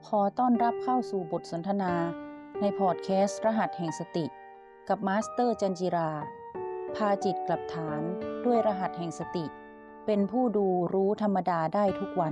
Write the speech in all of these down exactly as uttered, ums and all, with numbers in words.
ขอต้อนรับเข้าสู่บทสนทนาในพอดแคสต์รหัสแห่งสติกับมาสเตอร์จันจิราพาจิตกลับฐานด้วยรหัสแห่งสติเป็นผู้ดูรู้ธรรมดาได้ทุกวัน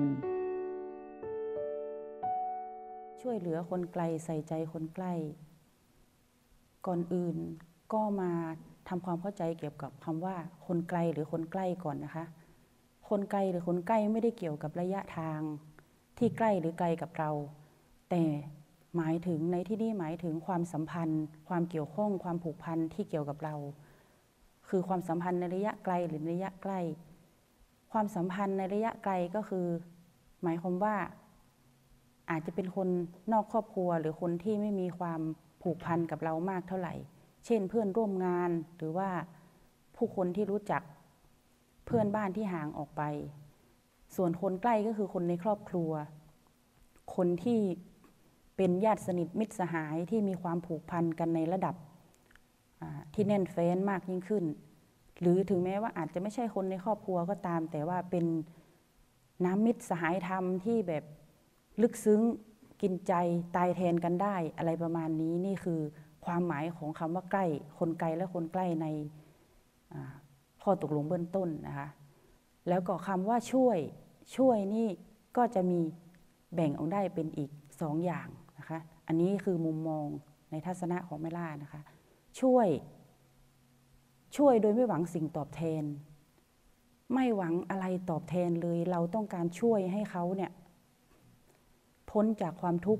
ช่วยเหลือคนไกลใส่ใจคนใกล้ก่อนอื่นก็มาทำความเข้าใจเกี่ยวกับคำว่าคนไกลหรือคนใกล้ก่อนนะคะคนไกลหรือคนใกล้ไม่ได้เกี่ยวกับระยะทางที่ใกล้หรือไกลกับเราแต่หมายถึงในที่นี้หมายถึงความสัมพันธ์ความเกี่ยวข้องความผูกพันที่เกี่ยวกับเราคือความสัมพันธ์ในระยะไกลหรือระยะใกล้ความสัมพันธ์ในระยะไกลก็คือหมายความว่าอาจจะเป็นคนนอกครอบครัวหรือคนที่ไม่มีความผูกพันกับเรามากเท่าไหร่เช่นเพื่อนร่วมงานหรือว่าผู้คนที่รู้จักเพื่อนบ้านที่ห่างออกไปส่วนคนใกล้ก็คือคนในครอบครัวคนที่เป็นญาติสนิทมิตรสหายที่มีความผูกพันกันในระดับที่แน่นแฟ้นมากยิ่งขึ้นหรือถึงแม้ว่าอาจจะไม่ใช่คนในครอบครัวก็ตามแต่ว่าเป็นน้ำมิตรสหายธรรมที่แบบลึกซึ้งกินใจตายแทนกันได้อะไรประมาณนี้นี่คือความหมายของคำว่าใกล้คนไกลและคนใกล้ในข้อตกลงเบื้องต้นนะคะแล้วก็คำว่าช่วยช่วยนี่ก็จะมีแบ่งออกได้เป็นอีกสองอย่างนะคะอันนี้คือมุมมองในทัศนะของแม่ล่านะคะช่วยช่วยโดยไม่หวังสิ่งตอบแทนไม่หวังอะไรตอบแทนเลยเราต้องการช่วยให้เขาเนี่ยพ้นจากความทุกข์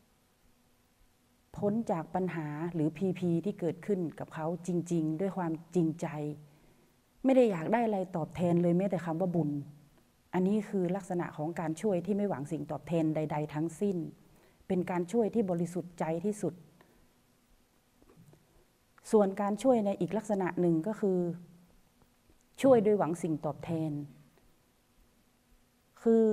พ้นจากปัญหาหรือพีพีที่เกิดขึ้นกับเขาจริงๆด้วยความจริงใจไม่ได้อยากได้อะไรตอบแทนเลยแม้แต่คำว่าบุญอันนี้คือลักษณะของการช่วยที่ไม่หวังสิ่งตอบแทนใดๆทั้งสิ้นเป็นการช่วยที่บริสุทธิ์ใจที่สุดส่วนการช่วยในอีกลักษณะหนึ่งก็คือช่วยโดยหวังสิ่งตอบแทนคือ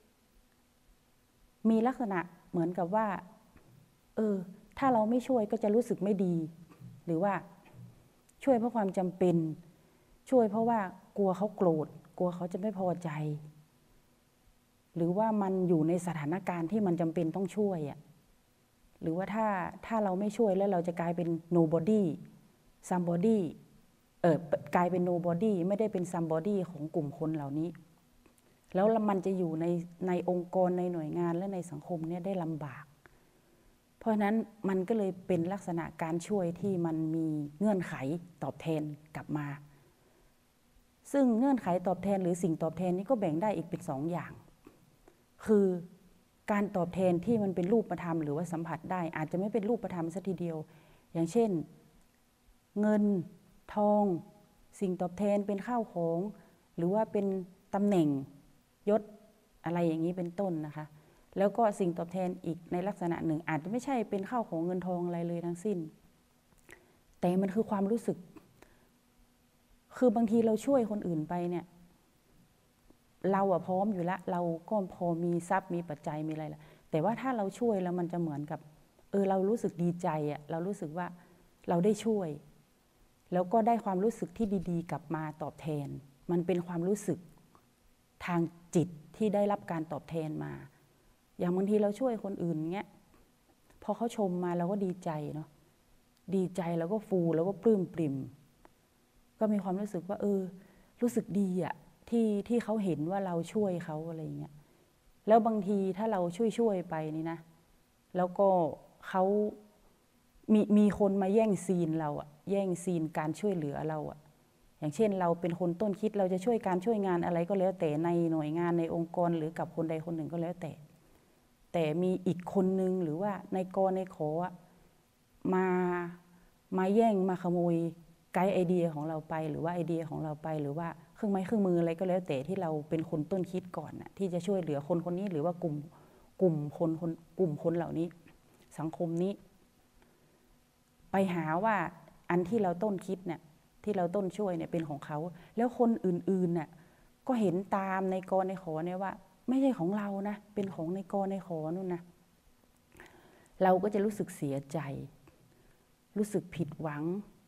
มีลักษณะเหมือนกับว่าเออถ้าเราไม่ช่วยก็จะรู้สึกไม่ดีหรือว่าช่วยเพราะความจำเป็นช่วยเพราะว่ากลัวเขาโกรธกลัวเขาจะไม่พอใจหรือว่ามันอยู่ในสถานการณ์ที่มันจำเป็นต้องช่วยอ่ะหรือว่าถ้าถ้าเราไม่ช่วยแล้วเราจะกลายเป็น nobody somebody เออกลายเป็น nobody ไม่ได้เป็น somebody ของกลุ่มคนเหล่านี้แล้วมันจะอยู่ในในองค์กรในหน่วยงานและในสังคมเนี่ยได้ลำบากเพราะฉะนั้นมันก็เลยเป็นลักษณะการช่วยที่มันมีเงื่อนไขตอบแทนกลับมาซึ่งเงื่อนไขตอบแทนหรือสิ่งตอบแทนนี้ก็แบ่งได้อีกเป็นสองอย่างคือการตอบแทนที่มันเป็นรูปธรรมหรือว่าสัมผัสได้อาจจะไม่เป็นรูปธรรมซะทีเดียวอย่างเช่นเงินทองสิ่งตอบแทนเป็นข้าวของหรือว่าเป็นตำแหน่งยศอะไรอย่างนี้เป็นต้นนะคะแล้วก็สิ่งตอบแทนอีกในลักษณะหนึ่งอาจจะไม่ใช่เป็นข้าวของเงินทองอะไรเลยทั้งสิ้นแต่มันคือความรู้สึกคือบางทีเราช่วยคนอื่นไปเนี่ยเราอะพร้อมอยู่แล้วเราก็พอมีทรัพย์มีปัจจัยมีอะไรแล้วแต่ว่าถ้าเราช่วยแล้วมันจะเหมือนกับเออเรารู้สึกดีใจอะเรารู้สึกว่าเราได้ช่วยแล้วก็ได้ความรู้สึกที่ดีๆกลับมาตอบแทนมันเป็นความรู้สึกทางจิตที่ได้รับการตอบแทนมาอย่างบางทีเราช่วยคนอื่นเงี้ยพอเขาชมมาเราก็ดีใจเนาะดีใจแล้วก็ฟูแล้วก็ปลื้มปริ่มก็มีความรู้สึกว่าเออรู้สึกดีอะที่ที่เขาเห็นว่าเราช่วยเขาอะไรเงี้ยแล้วบางทีถ้าเราช่วยช่วยไปนี่นะแล้วก็เขามีมีคนมาแย่งซีนเราอะแย่งซีนการช่วยเหลือเราอะอย่างเช่นเราเป็นคนต้นคิดเราจะช่วยการช่วยงานอะไรก็แล้วแต่ในหน่วยงานในองค์กรหรือกับคนใดคนหนึ่งก็แล้วแต่แต่มีอีกคนนึงหรือว่าในกอในขอมามาแย่งมาขโมยไกด์ไอเดียของเราไปหรือว่าไอเดียของเราไปหรือว่าเครื่องไม้เครื่องมืออะไรก็แล้วแต่ที่เราเป็นคนต้นคิดก่อนนะที่จะช่วยเหลือคนคนนี้หรือว่ากลุ่มกลุ่มคนคนกลุ่มคนเหล่านี้สังคมนี้ไปหาว่าอันที่เราต้นคิดเนี่ยที่เราต้นช่วยเนี่ยเป็นของเขาแล้วคนอื่นๆน่ะก็เห็นตามในกอในขอเนี่ยว่าไม่ใช่ของเรานะเป็นของในกอในขอนู่นนะเราก็จะรู้สึกเสียใจรู้สึกผิดหวัง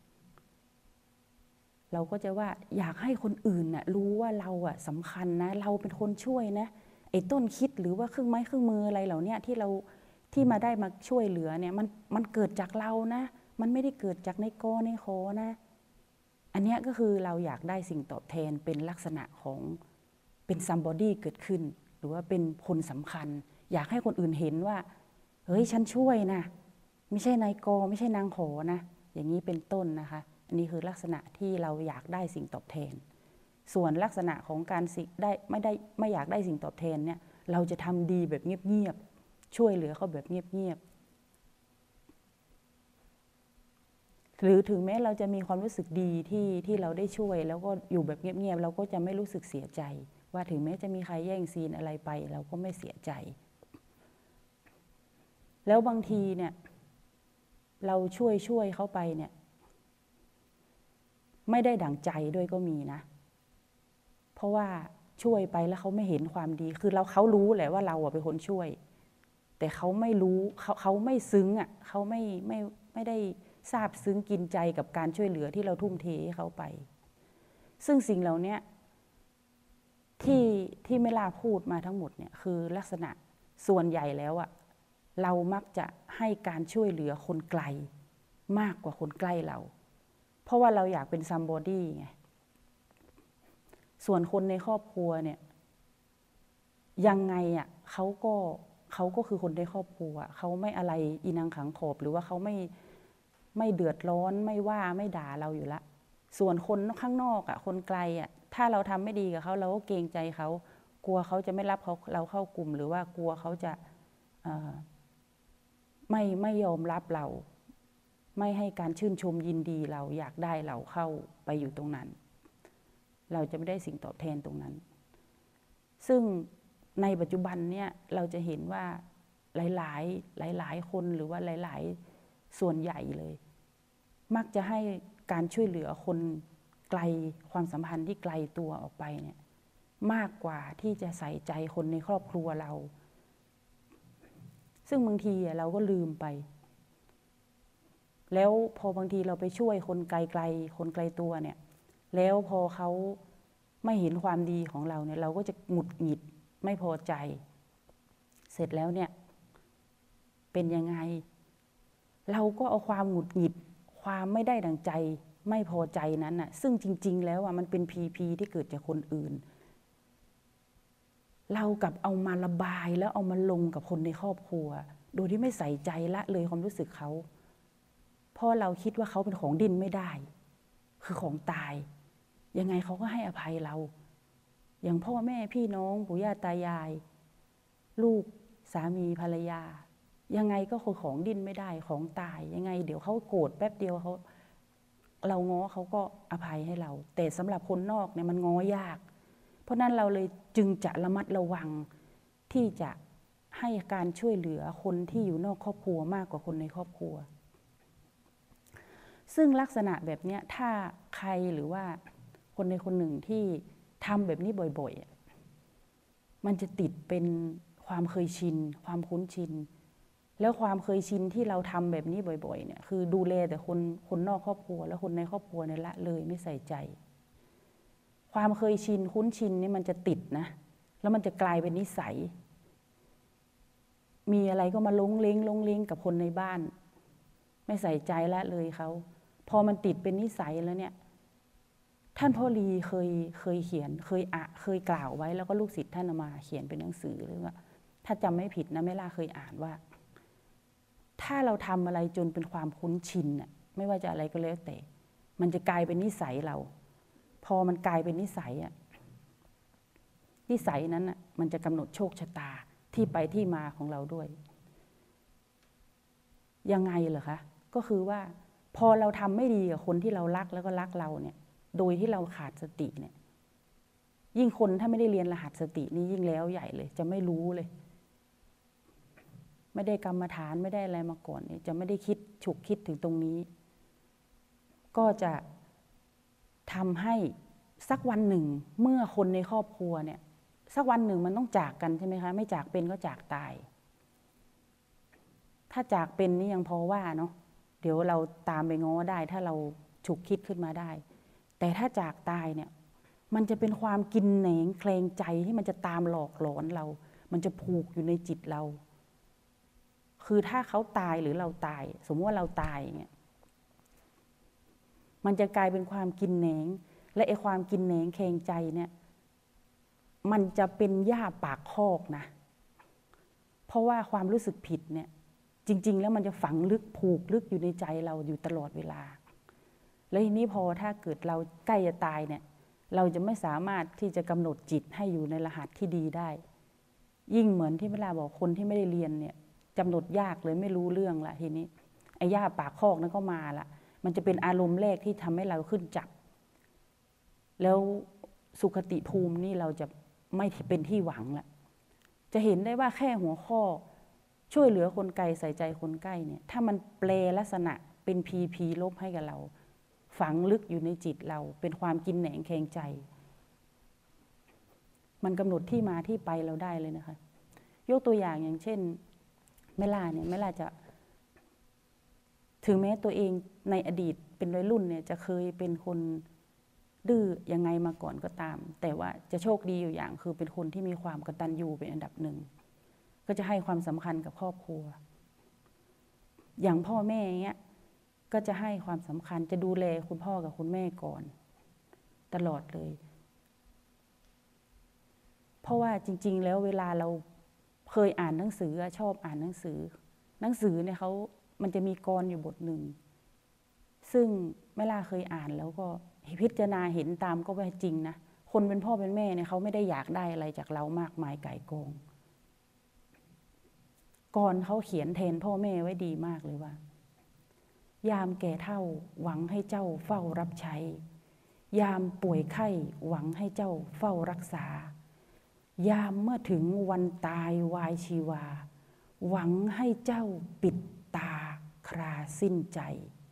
เราก็จะว่าอยากให้คนอื่นน่ะรู้ว่าเราอ่ะสำคัญนะเราเป็นคนช่วยนะไอ้ต้นคิดหรือว่าเครื่องไม้เครื่องมืออะไรเหล่านี้ที่เราที่มาได้มาช่วยเหลือเนี่ยมันมันเกิดจากเรานะมันไม่ได้เกิดจากในกอในขอนะอันนี้ก็คือเราอยากได้สิ่งตอบแทนเป็นลักษณะของเป็น somebody เกิดขึ้นหรือว่าเป็นคนสำคัญอยากให้คนอื่นเห็นว่าเฮ้ยฉันช่วยนะไม่ใช่นายกไม่ใช่นางขอนะอย่างนี้เป็นต้นนะคะอันนี้คือลักษณะที่เราอยากได้สิ่งตอบแทนส่วนลักษณะของการได้ไม่ได้ไม่อยากได้สิ่งตอบแทนเนี่ยเราจะทำดีแบบเงียบๆช่วยเหลือเขาแบบเงียบๆหรือถึงแม้เราจะมีความรู้สึกดีที่ที่เราได้ช่วยแล้วก็อยู่แบบเงียบๆเราก็จะไม่รู้สึกเสียใจว่าถึงแม้จะมีใครแย่งซีนอะไรไปเราก็ไม่เสียใจแล้วบางทีเนี่ยเราช่วยช่วยเขาไปเนี่ยไม่ได้ดั่งใจด้วยก็มีนะเพราะว่าช่วยไปแล้วเขาไม่เห็นความดีคือเราเขารู้แหละว่าเราเป็นคนช่วยแต่เขาไม่รู้เขาเขาไม่ซึ้งอ่ะเขาไม่ไม่ไม่ได้ซาบซึ้งกินใจกับการช่วยเหลือที่เราทุ่มเทให้เขาไปซึ่งสิ่งเหล่านี้ที่ที่เมลาพูดมาทั้งหมดเนี่ยคือลักษณะส่วนใหญ่แล้วอ่ะเรามักจะให้การช่วยเหลือคนไกลมากกว่าคนใกล้เราเพราะว่าเราอยากเป็น somebody ไงส่วนคนในครอบครัวเนี่ยยังไงอ่ะเขาก็เขาก็คือคนในครอบครัวเขาไม่อะไรอีนังขังขอบหรือว่าเขาไม่ไม่เดือดร้อนไม่ว่าไม่ด่าเราอยู่ละส่วนคนข้างนอกอ่ะคนไกลอ่ะถ้าเราทำไม่ดีกับเขาเราก็เกรงใจเขากลัวเขาจะไม่รับเขาเราเข้ากลุ่มหรือว่ากลัวเขาจะไม่ไม่ยอมรับเราไม่ให้การชื่นชมยินดีเราอยากได้เราเข้าไปอยู่ตรงนั้นเราจะไม่ได้สิ่งตอบแทนตรงนั้นซึ่งในปัจจุบันเนี่ยเราจะเห็นว่าหลายๆหลายๆคนหรือว่าหลายๆส่วนใหญ่เลยมักจะให้การช่วยเหลือคนไกลความสัมพันธ์ที่ไกลตัวออกไปเนี่ยมากกว่าที่จะใส่ใจคนในครอบครัวเราซึ่งบางทีเราก็ลืมไปแล้วพอบางทีเราไปช่วยคนไกลๆคนไกลตัวเนี่ยแล้วพอเขาไม่เห็นความดีของเราเนี่ยเราก็จะหงุดหงิดไม่พอใจเสร็จแล้วเนี่ยเป็นยังไงเราก็เอาความหงุดหงิดความไม่ได้ดั่งใจไม่พอใจนั้นน่ะซึ่งจริงๆแล้วอ่ะมันเป็นพีพีที่เกิดจากคนอื่นเรากับเอามาระบายแล้วเอามาลงกับคนในครอบครัวโดยที่ไม่ใส่ใจละเลยความรู้สึกเขาเพราะเราคิดว่าเขาเป็นของดินไม่ได้คือของตายยังไงเขาก็ให้อภัยเราอย่างพ่อแม่พี่น้องปู่ย่าตายายลูกสามีภรรยายังไงก็คือของดินไม่ได้ของตายยังไงเดี๋ยวเขาโกรธแป๊บเดียวเขาเราง้อเขาก็อภัยให้เราแต่สำหรับคนนอกเนี่ยมันง้อยากเพราะนั้นเราเลยจึงจะระมัดระวังที่จะให้การช่วยเหลือคนที่อยู่นอกครอบครัวมากกว่าคนในครอบครัวซึ่งลักษณะแบบนี้ถ้าใครหรือว่าคนในคนหนึ่งที่ทำแบบนี้บ่อยๆมันจะติดเป็นความเคยชินความคุ้นชินแล้วความเคยชินที่เราทำแบบนี้บ่อยๆเนี่ยคือดูแลแต่คนคนนอกครอบครัวแล้วคนในครอบครัวเนี่ยละเลยไม่ใส่ใจความเคยชินคุ้นชินนี่มันจะติดนะแล้วมันจะกลายเป็นนิสัยมีอะไรก็มาลงเล้งลงเล้งกับคนในบ้านไม่ใส่ใจละเลยเขาพอมันติดเป็นนิสัยแล้วเนี่ยท่านพ่อลีเคยเคยเขียนเคยอ่ะเคยกล่าวไว้แล้วก็ลูกศิษย์ท่านเอามาเขียนเป็นหนังสือหรือว่าถ้าจำไม่ผิดนะแม่ล่าเคยอ่านว่าถ้าเราทำอะไรจนเป็นความคุ้นชินน่ะไม่ว่าจะอะไรก็แล้วแต่มันจะกลายเป็นนิสัยเราพอมันกลายเป็นนิสัยอ่ะนิสัยนั้นอ่ะมันจะกำหนดโชคชะตาที่ไปที่มาของเราด้วยยังไงเหรอคะก็คือว่าพอเราทำไม่ดีกับคนที่เรารักแล้วก็รักเราเนี่ยโดยที่เราขาดสติเนี่ยยิ่งคนถ้าไม่ได้เรียนรหัสสตินี่ยิ่งแล้วใหญ่เลยจะไม่รู้เลยไม่ได้กรรมฐานไม่ได้อะไรมาก่อนเนี่ยจะไม่ได้คิดฉุกคิดถึงตรงนี้ก็จะทำให้สักวันหนึ่งเมื่อคนในครอบครัวเนี่ยสักวันหนึ่งมันต้องจากกันใช่ไหมคะไม่จากเป็นก็จากตายถ้าจากเป็นนี่ยังพอว่าเนาะเดี๋ยวเราตามไปง้อได้ถ้าเราฉุกคิดขึ้นมาได้แต่ถ้าจากตายเนี่ยมันจะเป็นความกินแหนงแคลงใจที่มันจะตามหลอกหลอนเรามันจะผูกอยู่ในจิตเราคืคือถ้าเขาตายหรือเราตายสมมติว่าเราตายอย่างเงี้ยมันจะกลายเป็นความกินแหนงและไอ้ความกินแหนงแคลงใจเนี่ยมันจะเป็นหญ้าปากคอกนะเพราะว่าความรู้สึกผิดเนี่ยจริงๆแล้วมันจะฝังลึกผูกลึกอยู่ในใจเราอยู่ตลอดเวลาแล้วทีนี้พอถ้าเกิดเราใกล้จะตายเนี่ยเราจะไม่สามารถที่จะกำหนดจิตให้อยู่ในรหัสที่ดีได้ยิ่งเหมือนที่เวลาบอกคนที่ไม่ได้เรียนเนี่ยกำหนดยากเลยไม่รู้เรื่องละทีนี้ไอ้หญ้าปากคอกนั้นก็มาละมันจะเป็นอารมณ์แรกที่ทำให้เราขึ้นจับแล้วสุขติภูมินี่เราจะไม่เป็นที่หวังละจะเห็นได้ว่าแค่หัวข้อช่วยเหลือคนไกลใส่ใจคนใกล้เนี่ยถ้ามันแปลลักษณะเป็นพีพีลบให้กับเราฝังลึกอยู่ในจิตเราเป็นความกินแหนงแคลงใจมันกำหนดที่มาที่ไปเราได้เลยนะคะยกตัวอย่างอย่างเช่นแม่ล่าเนี่ยแม่ล่าจะถึงแม้ตัวเองในอดีตเป็นวัยรุ่นเนี่ยจะเคยเป็นคนดื้อยังไงมาก่อนก็ตามแต่ว่าจะโชคดีอยู่อย่างคือเป็นคนที่มีความกตัญญูเป็นอันดับหนึ่งก็จะให้ความสำคัญกับครอบครัวอย่างพ่อแม่เงี้ยก็จะให้ความสำคัญจะดูแลคุณพ่อกับคุณแม่ก่อนตลอดเลยเพราะว่าจริงๆแล้วเวลาเราเคยอ่านหนังสือชอบอ่านหนังสือหนังสือเนี่ยเขามันจะมีกรอยู่บทหนึ่งซึ่งแม่ล่าเคยอ่านแล้วก็พิจารณาเห็นตามก็ว่าจริงนะคนเป็นพ่อเป็นแม่เนี่ยเขาไม่ได้อยากได้อะไรจากเรามากมายไก่กองกรเขาเขียนแทนพ่อแม่ไว้ดีมากเลยว่ายามแก่เฒ่าหวังให้เจ้าเฝ้ารับใช้ยามป่วยไข้หวังให้เจ้าเฝ้ารักษายามเมื่อถึงวันตายวายชีวาหวังให้เจ้าปิดตาคราสิ้นใจ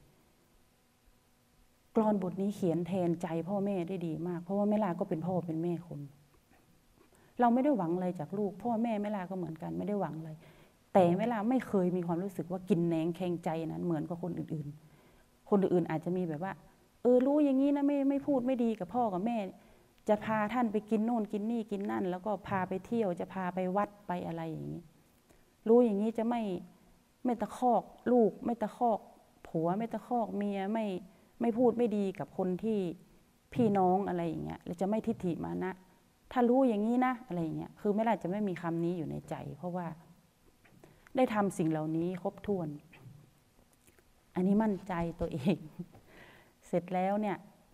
กลอนบทนี้เขียนแทนใจพ่อแม่ได้ดีมากเพราะว่าแม่ลาก็เป็นพ่อเป็นแม่คนเราไม่ได้หวังอะไรจากลูกพ่อแม่แม่ลาก็เหมือนกันไม่ได้หวังอะไรแต่แม่ลาไม่เคยมีความรู้สึกว่ากินแหนงแคลงใจนั้นเหมือนกับคนอื่นๆคนอื่นๆอาจจะมีแบบว่าเออรู้อย่างนี้นะไม่ไม่พูดไม่ดีกับพ่อกับแม่จะพาท่านไปกินโน่นกินนี่กินนั่นแล้วก็พาไปเที่ยวจะพาไปวัดไปอะไรอย่างนี้รู้อย่างนี้จะไม่ไม่ตะคอกลูกไม่ตะคอกผัวไม่ตะคอกเมียไม่ไม่พูดไม่ดีกับคนที่พี่น้องอะไรอย่างเงี้ยแล้วจะไม่ทิฏฐิมานะถ้ารู้อย่างนี้นะอะไรอย่างเงี้ยคือไม่ล่ะจะไม่มีคำนี้อยู่ในใจเพราะว่าได้ทำสิ่งเหล่านี้ครบถ้วนอันนี้มั่นใจตัวเองเสร็จแล้วเนี่ย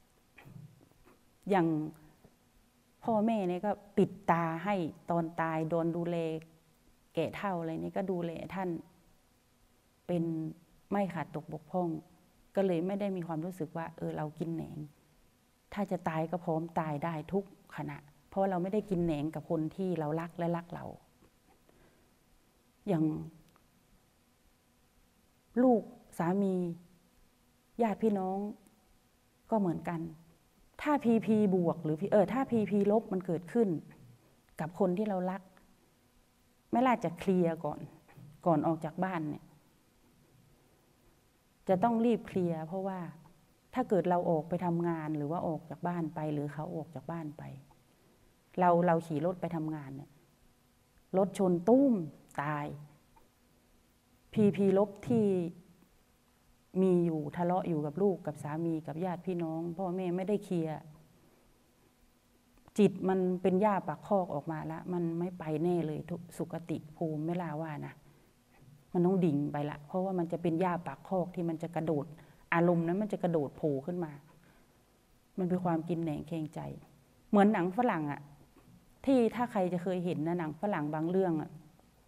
อย่างพ่อแม่เนี่ยก็ปิดตาให้ตอนตายโดนดูแลแก่เฒ่าอะไรนี่ก็ดูแลท่านเป็นไม่ขาดตกบกพร่องก็เลยไม่ได้มีความรู้สึกว่าเออเรากินแหนงถ้าจะตายก็พร้อมตายได้ทุกขณะเพราะเราไม่ได้กินแหนงกับคนที่เรารักและรักเราอย่างลูกสามีญาติพี่น้องก็เหมือนกันถ้าพีพีบวกหรือเออถ้าพีพีลบมันเกิดขึ้นกับคนที่เรารักไม่ล่าจะเคลียร์ก่อนก่อนออกจากบ้านเนี่ยจะต้องรีบเคลียร์เพราะว่าถ้าเกิดเราออกไปทำงานหรือว่าออกจากบ้านไปหรือเขาออกจากบ้านไปเราเราขี่รถไปทำงานเนี่ยรถชนตุ้มตายพีพีลบที่มีอยู่ทะเลาะอยู่กับลูกกับสามีกับญาติพี่น้องพ่อแม่ไม่ได้เคลียร์จิตมันเป็นหญ้าปากคอกออกมาแล้วมันไม่ไปแน่เลยสุคติภูมิไม่ลาว่านะมันต้องดิ่งไปละเพราะว่ามันจะเป็นหญ้าปากคอกที่มันจะกระโดดอารมณ์นั้นมันจะกระโดดโผล่ขึ้นมามันเป็นความกินแหนงแคลงใจเหมือนหนังฝรั่งอะที่ถ้าใครจะเคยเห็นนะหนังฝรั่งบางเรื่องอะ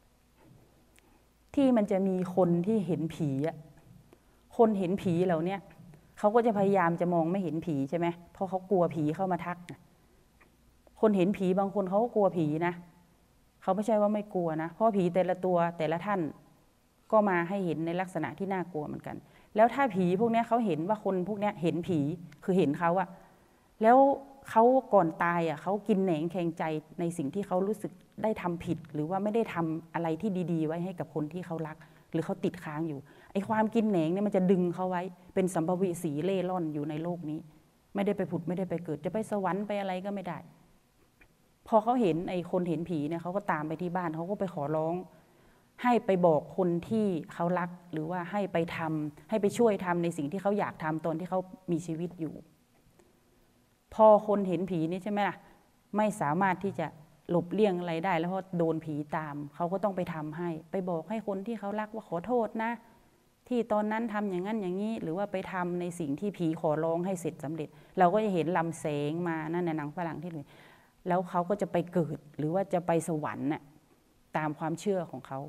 ที่มันจะมีคนที่เห็นผีอะคนเห็นผีเหล่านี้เขาก็จะพยายามจะมองไม่เห็นผีใช่ไหมเพราะเขากลัวผีเข้ามาทักคนเห็นผีบางคนเขาก็กลัวผีนะเขาไม่ใช่ว่าไม่กลัวนะเพราะผีแต่ละตัวแต่ละท่านก็มาให้เห็นในลักษณะที่น่ากลัวเหมือนกันแล้วถ้าผีพวกนี้เขาเห็นว่าคนพวกนี้เห็นผีคือเห็นเขาอะแล้วเขาก่อนตายอะเขากินแหนงแคลงใจในสิ่งที่เขารู้สึกได้ทำผิดหรือว่าไม่ได้ทำอะไรที่ดีๆไว้ให้กับคนที่เขารักหรือเขาติดค้างอยู่ไอ้ความกินแหนงเนี่ยมันจะดึงเขาไว้เป็นสัมภเวสีเล่ร่อนอยู่ในโลกนี้ไม่ได้ไปผุดไม่ได้ไปเกิดจะไปสวรรค์ไปอะไรก็ไม่ได้พอเขาเห็นไอ้คนเห็นผีเนี่ยเขาก็ตามไปที่บ้านเขาก็ไปขอร้องให้ไปบอกคนที่เขารักหรือว่าให้ไปทำให้ไปช่วยทำในสิ่งที่เขาอยากทำตอนที่เขามีชีวิตอยู่พอคนเห็นผีนี่ใช่ไหมล่ะไม่สามารถที่จะหลบเลี่ยงอะไรได้แล้วเพราะโดนผีตามเขาก็ต้องไปทำให้ไปบอกให้คนที่เขารักว่าขอโทษนะที่ตอนนั้นทำอย่างนั้นอย่างนี้หรือว่าไปทำในสิ่งที่ผีขอร้องให้เสร็จสำเร็จเราก็จะเห็นลำแสงมานั่นในหนังฝรั่งที่เลยแล้วเขาก็จะไปเกิดหรือว่าจะไปสวรรค์น่ะตามความเชื่อของเขา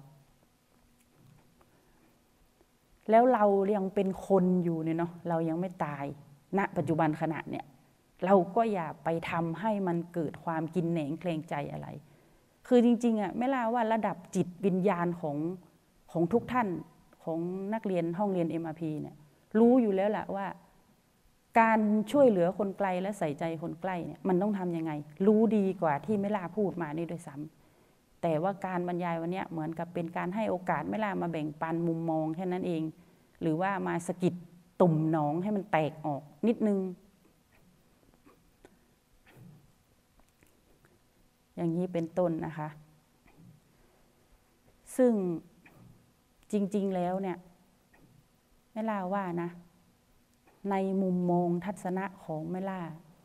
แล้วเรายังเป็นคนอยู่เนี่ยเนาะเรายังไม่ตายณปัจจุบันขณะเนี่ยเราก็อย่าไปทำให้มันเกิดความกินแหนงเกรงใจอะไรคือจริงๆอ่ะไม่ล่าว่าระดับจิตวิญญาณของของทุกท่านของนักเรียนห้องเรียน เอ็ม อาร์ พี เนี่ยรู้อยู่แล้วแหละว่าการช่วยเหลือคนไกลและใส่ใจคนใกล้เนี่ยมันต้องทำยังไงรู้ดีกว่าที่ไม่ล่าพูดมานี่ด้วยซ้ำแต่ว่าการบรรยายวันนี้เหมือนกับเป็นการให้โอกาสไม่ล่ามาแบ่งปันมุมมองแค่นั้นเองหรือว่ามาสะกิดตุ่มหนองให้มันแตกออกนิดนึงอย่างนี้เป็นต้นนะคะซึ่งจริงๆแล้วเนี่ยไม่ล่าว่านะในมุมมองทัศนะของไม่ล่า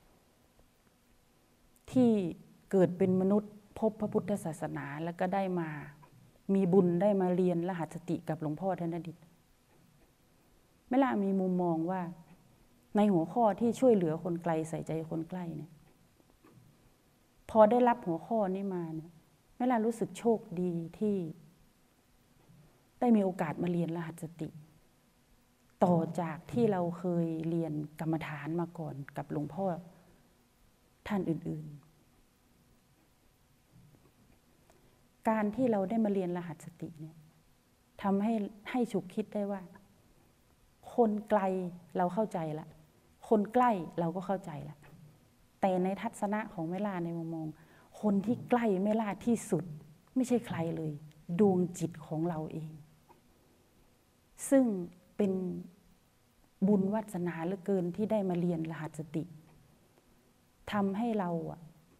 ที่เกิดเป็นมนุษย์พบพระพุทธศาสนาแล้วก็ได้มามีบุญได้มาเรียนรหัสสติกับหลวงพ่อธนดิษฐ์ไม่ล่ามีมุมมองว่าในหัวข้อที่ช่วยเหลือคนไกลใส่ใจคนใกล้เนี่ยพอได้รับหัวข้อนี้มาเนี่ยไม่ล่ารู้สึกโชคดีที่ได้มีโอกาสมาเรียนรหัสสติต่อจากที่เราเคยเรียนกรรมฐานมาก่อนกับหลวงพ่อท่านอื่นๆการที่เราได้มาเรียนรหัสสติเนี่ยทำให้ให้ฉุกคิดได้ว่าคนไกลเราเข้าใจละคนใกล้เราก็เข้าใจละแต่ในทัศนะของแม่ล่าในมุมมองคนที่ใกล้แม่ล่าที่สุดไม่ใช่ใครเลยดวงจิตของเราเองซึ่งเป็นบุญวาสนาเหลือเกินที่ได้มาเรียนรหัสสติทำให้เราอะ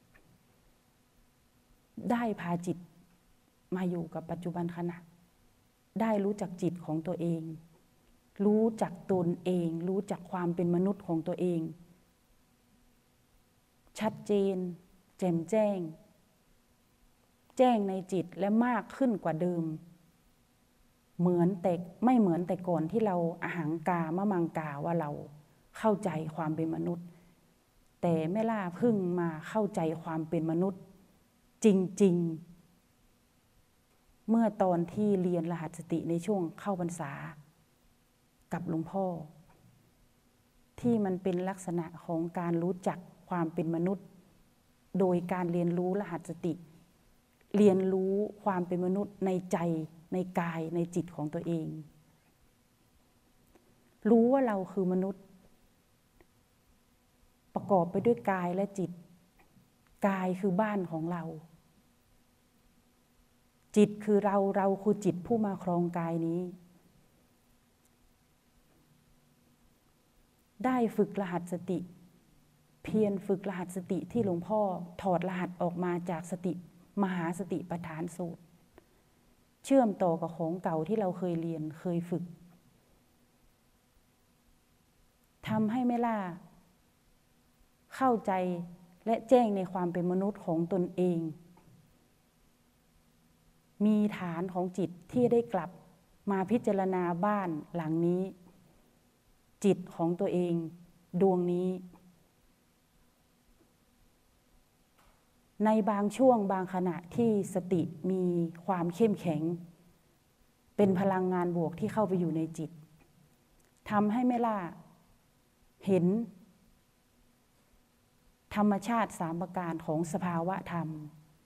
ได้พาจิตมาอยู่กับปัจจุบันขณะได้รู้จักจิตของตัวเองรู้จักตนเองรู้จักความเป็นมนุษย์ของตัวเองชัดเจนแจ่มแจ้งแจ้งในจิตและมากขึ้นกว่าเดิมเหมือนแต่ไม่เหมือนแต่ก่อนที่เราอหังกามะมังกาว่าเราเข้าใจความเป็นมนุษย์แต่แม่ล่าเพิ่งมาเข้าใจความเป็นมนุษย์จริงๆเมื่อตอนที่เรียนรหัสสติในช่วงเข้าพรรษากับหลวงพ่อที่มันเป็นลักษณะของการรู้จักความเป็นมนุษย์โดยการเรียนรู้รหัสสติเรียนรู้ความเป็นมนุษย์ในใจในกายในจิตของตัวเองรู้ว่าเราคือมนุษย์ประกอบไปด้วยกายและจิตกายคือบ้านของเราจิตคือเราเราคือจิตผู้มาครองกายนี้ได้ฝึกรหัสสติเพียรฝึกรหัสสติที่หลวงพ่อถอดรหัสออกมาจากสติมหาสติปัฏฐานสูตรเชื่อมต่อกับของเก่าที่เราเคยเรียนเคยฝึกทำให้แม่ล่าเข้าใจและแจ้งในความเป็นมนุษย์ของตนเองมีฐานของจิตที่ได้กลับมาพิจารณาบ้านหลังนี้จิตของตัวเองดวงนี้ในบางช่วงบางขณะที่สติมีความเข้มแข็งเป็นพลังงานบวกที่เข้าไปอยู่ในจิตทำให้แม่ล่าเห็นธรรมชาติสามประการของสภาวะธรรม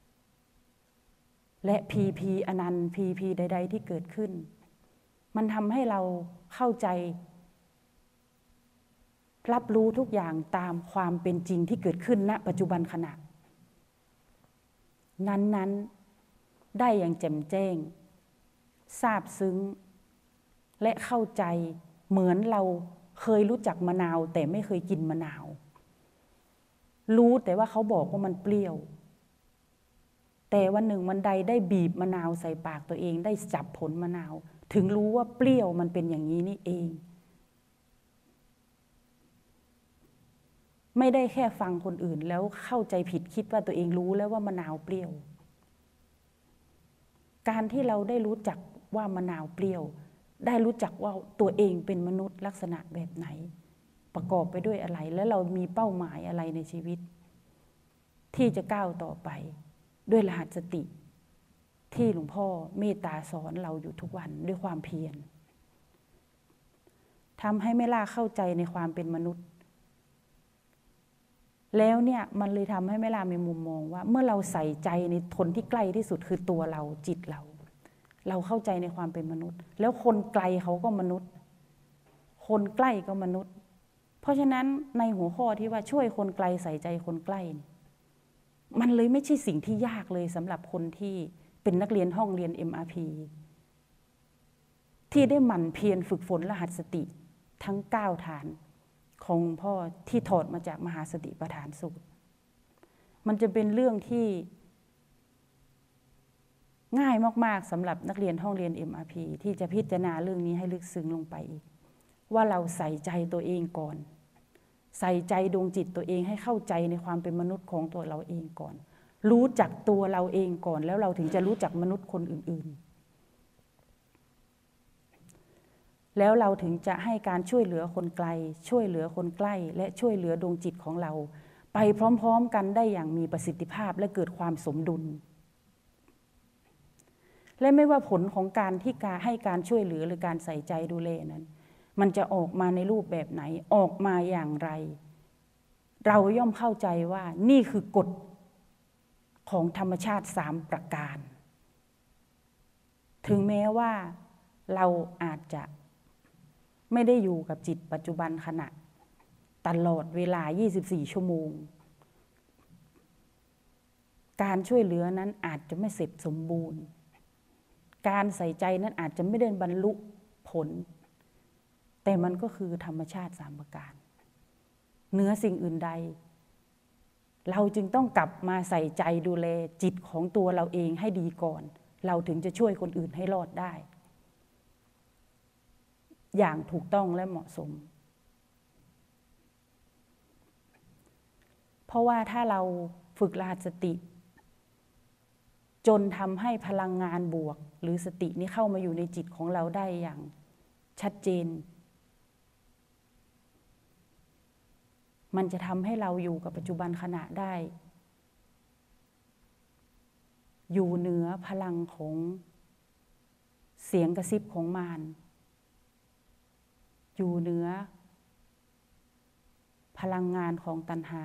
และพีพีอนันต์พีพีใดๆที่เกิดขึ้นมันทำให้เราเข้าใจรับรู้ทุกอย่างตามความเป็นจริงที่เกิดขึ้นณปัจจุบันขณะนั้นๆได้อย่างแจ่มแจ้งซาบซึ้งและเข้าใจเหมือนเราเคยรู้จักมะนาวแต่ไม่เคยกินมะนาวรู้แต่ว่าเขาบอกว่ามันเปรี้ยวแต่วันหนึ่งวันใดได้บีบมะนาวใส่ปากตัวเองได้จับผลมะนาวถึงรู้ว่าเปรี้ยวมันเป็นอย่างนี้นี่เองไม่ได้แค่ฟังคนอื่นแล้วเข้าใจผิดคิดว่าตัวเองรู้แล้วว่ามะนาวเปรี้ยวการที่เราได้รู้จักว่ามะนาวเปรี้ยวได้รู้จักว่าตัวเองเป็นมนุษย์ลักษณะแบบไหนประกอบไปด้วยอะไรและเรามีเป้าหมายอะไรในชีวิตที่จะก้าวต่อไปด้วยรหัสสติที่หลวงพ่อเมตตาสอนเราอยู่ทุกวันด้วยความเพียรทำให้แม่ล่าเข้าใจในความเป็นมนุษย์แล้วเนี่ยมันเลยทำให้แม่ล่ามีมุมมองว่าเมื่อเราใส่ใจในคนที่ใกล้ที่สุดคือตัวเราจิตเราเราเข้าใจในความเป็นมนุษย์แล้วคนไกลเขาก็มนุษย์คนใกล้ก็มนุษย์เพราะฉะนั้นในหัวข้อที่ว่าช่วยคนไกลใส่ใจคนใกล้มันเลยไม่ใช่สิ่งที่ยากเลยสำหรับคนที่เป็นนักเรียนห้องเรียน เอ็ม อาร์ พี ที่ได้หมั่นเพียรฝึกฝนรหัสสติทั้งเก้าฐานของพ่อที่ถอดมาจากมหาสติปัฏฐานสูตรมันจะเป็นเรื่องที่ง่ายมากๆสำหรับนักเรียนห้องเรียน เอ็ม อาร์ พี ที่จะพิจารณาเรื่องนี้ให้ลึกซึ้งลงไปอีกว่าเราใส่ใจตัวเองก่อนใส่ใจดวงจิตตัวเองให้เข้าใจในความเป็นมนุษย์ของตัวเราเองก่อนรู้จักตัวเราเองก่อนแล้วเราถึงจะรู้จักมนุษย์คนอื่นๆแล้วเราถึงจะให้การช่วยเหลือคนไกลช่วยเหลือคนใกล้และช่วยเหลือดวงจิตของเราไปพร้อมๆกันได้อย่างมีประสิทธิภาพและเกิดความสมดุลและไม่ว่าผลของการที่การให้การช่วยเหลือหรือการใส่ใจดูแลนั้นมันจะออกมาในรูปแบบไหนออกมาอย่างไรเราย่อมเข้าใจว่านี่คือกฎของธรรมชาติสามประการถึงแม้ว่าเราอาจจะไม่ได้อยู่กับจิตปัจจุบันขณะตลอดเวลายี่สิบสี่ชั่วโมงการช่วยเหลือนั้นอาจจะไม่เสร็จสมบูรณ์การใส่ใจนั้นอาจจะไม่ได้บรรลุผลแต่มันก็คือธรรมชาติสามประการเหนือสิ่งอื่นใดเราจึงต้องกลับมาใส่ใจดูแลจิตของตัวเราเองให้ดีก่อนเราถึงจะช่วยคนอื่นให้รอดได้อย่างถูกต้องและเหมาะสมเพราะว่าถ้าเราฝึกรหัสสติจนทำให้พลังงานบวกหรือสตินี้เข้ามาอยู่ในจิตของเราได้อย่างชัดเจนมันจะทำให้เราอยู่กับปัจจุบันขณะได้อยู่เหนือพลังของเสียงกระซิบของมารอยู่เหนือพลังงานของตัณหา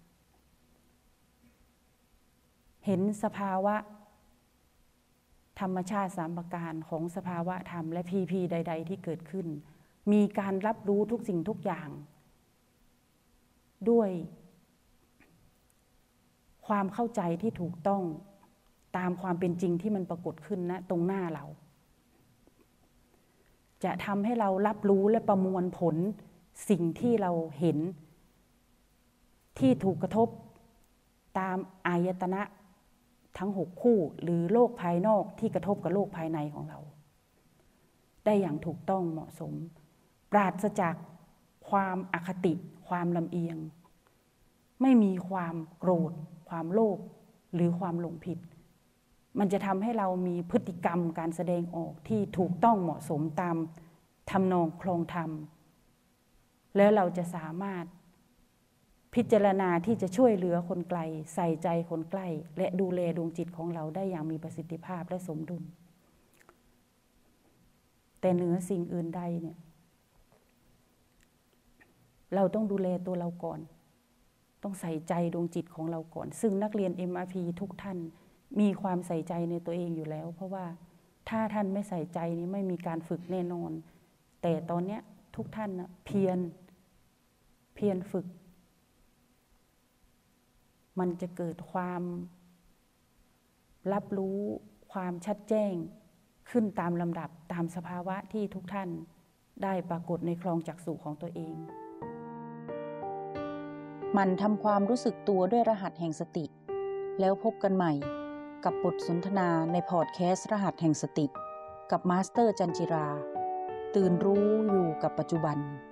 เห็นสภาวะธรรมชาติสามประการของสภาวะธรรมและพีพีใดๆที่เกิดขึ้นมีการรับรู้ทุกสิ่งทุกอย่างด้วยความเข้าใจที่ถูกต้องตามความเป็นจริงที่มันปรากฏขึ้นณตรงหน้าเราจะทำให้เรารับรู้และประมวลผลสิ่งที่เราเห็นที่ถูกกระทบตามอายตนะทั้งหกคู่หรือโลกภายนอกที่กระทบกับโลกภายในของเราได้อย่างถูกต้องเหมาะสมปราศจากความอคติความลำเอียงไม่มีความโกรธความโลภหรือความหลงผิดมันจะทำให้เรามีพฤติกรรมการแสดงออกที่ถูกต้องเหมาะสมตามทำนองคลองธรรมแล้วเราจะสามารถพิจารณาที่จะช่วยเหลือคนไกลใส่ใจคนใกล้และดูแลดวงจิตของเราได้อย่างมีประสิทธิภาพและสมดุลแต่เหนือสิ่งอื่นใดเนี่ยเราต้องดูแลตัวเราก่อนต้องใส่ใจดวงจิตของเราก่อนซึ่งนักเรียน เอ็ม อาร์ พี ทุกท่านมีความใส่ใจในตัวเองอยู่แล้วเพราะว่าถ้าท่านไม่ใส่ใจนี้ไม่มีการฝึกแน่นอนแต่ตอนนี้ทุกท่านนะเพียรเพียรฝึกมันจะเกิดความรับรู้ความชัดแจ้งขึ้นตามลำดับตามสภาวะที่ทุกท่านได้ปรากฏในคลองจักษุของตัวเองมันทำความรู้สึกตัวด้วยรหัสแห่งสติแล้วพบกันใหม่กับบทสนทนาในพอดแคสต์รหัสแห่งสติกับมาสเตอร์จันจิราตื่นรู้อยู่กับปัจจุบัน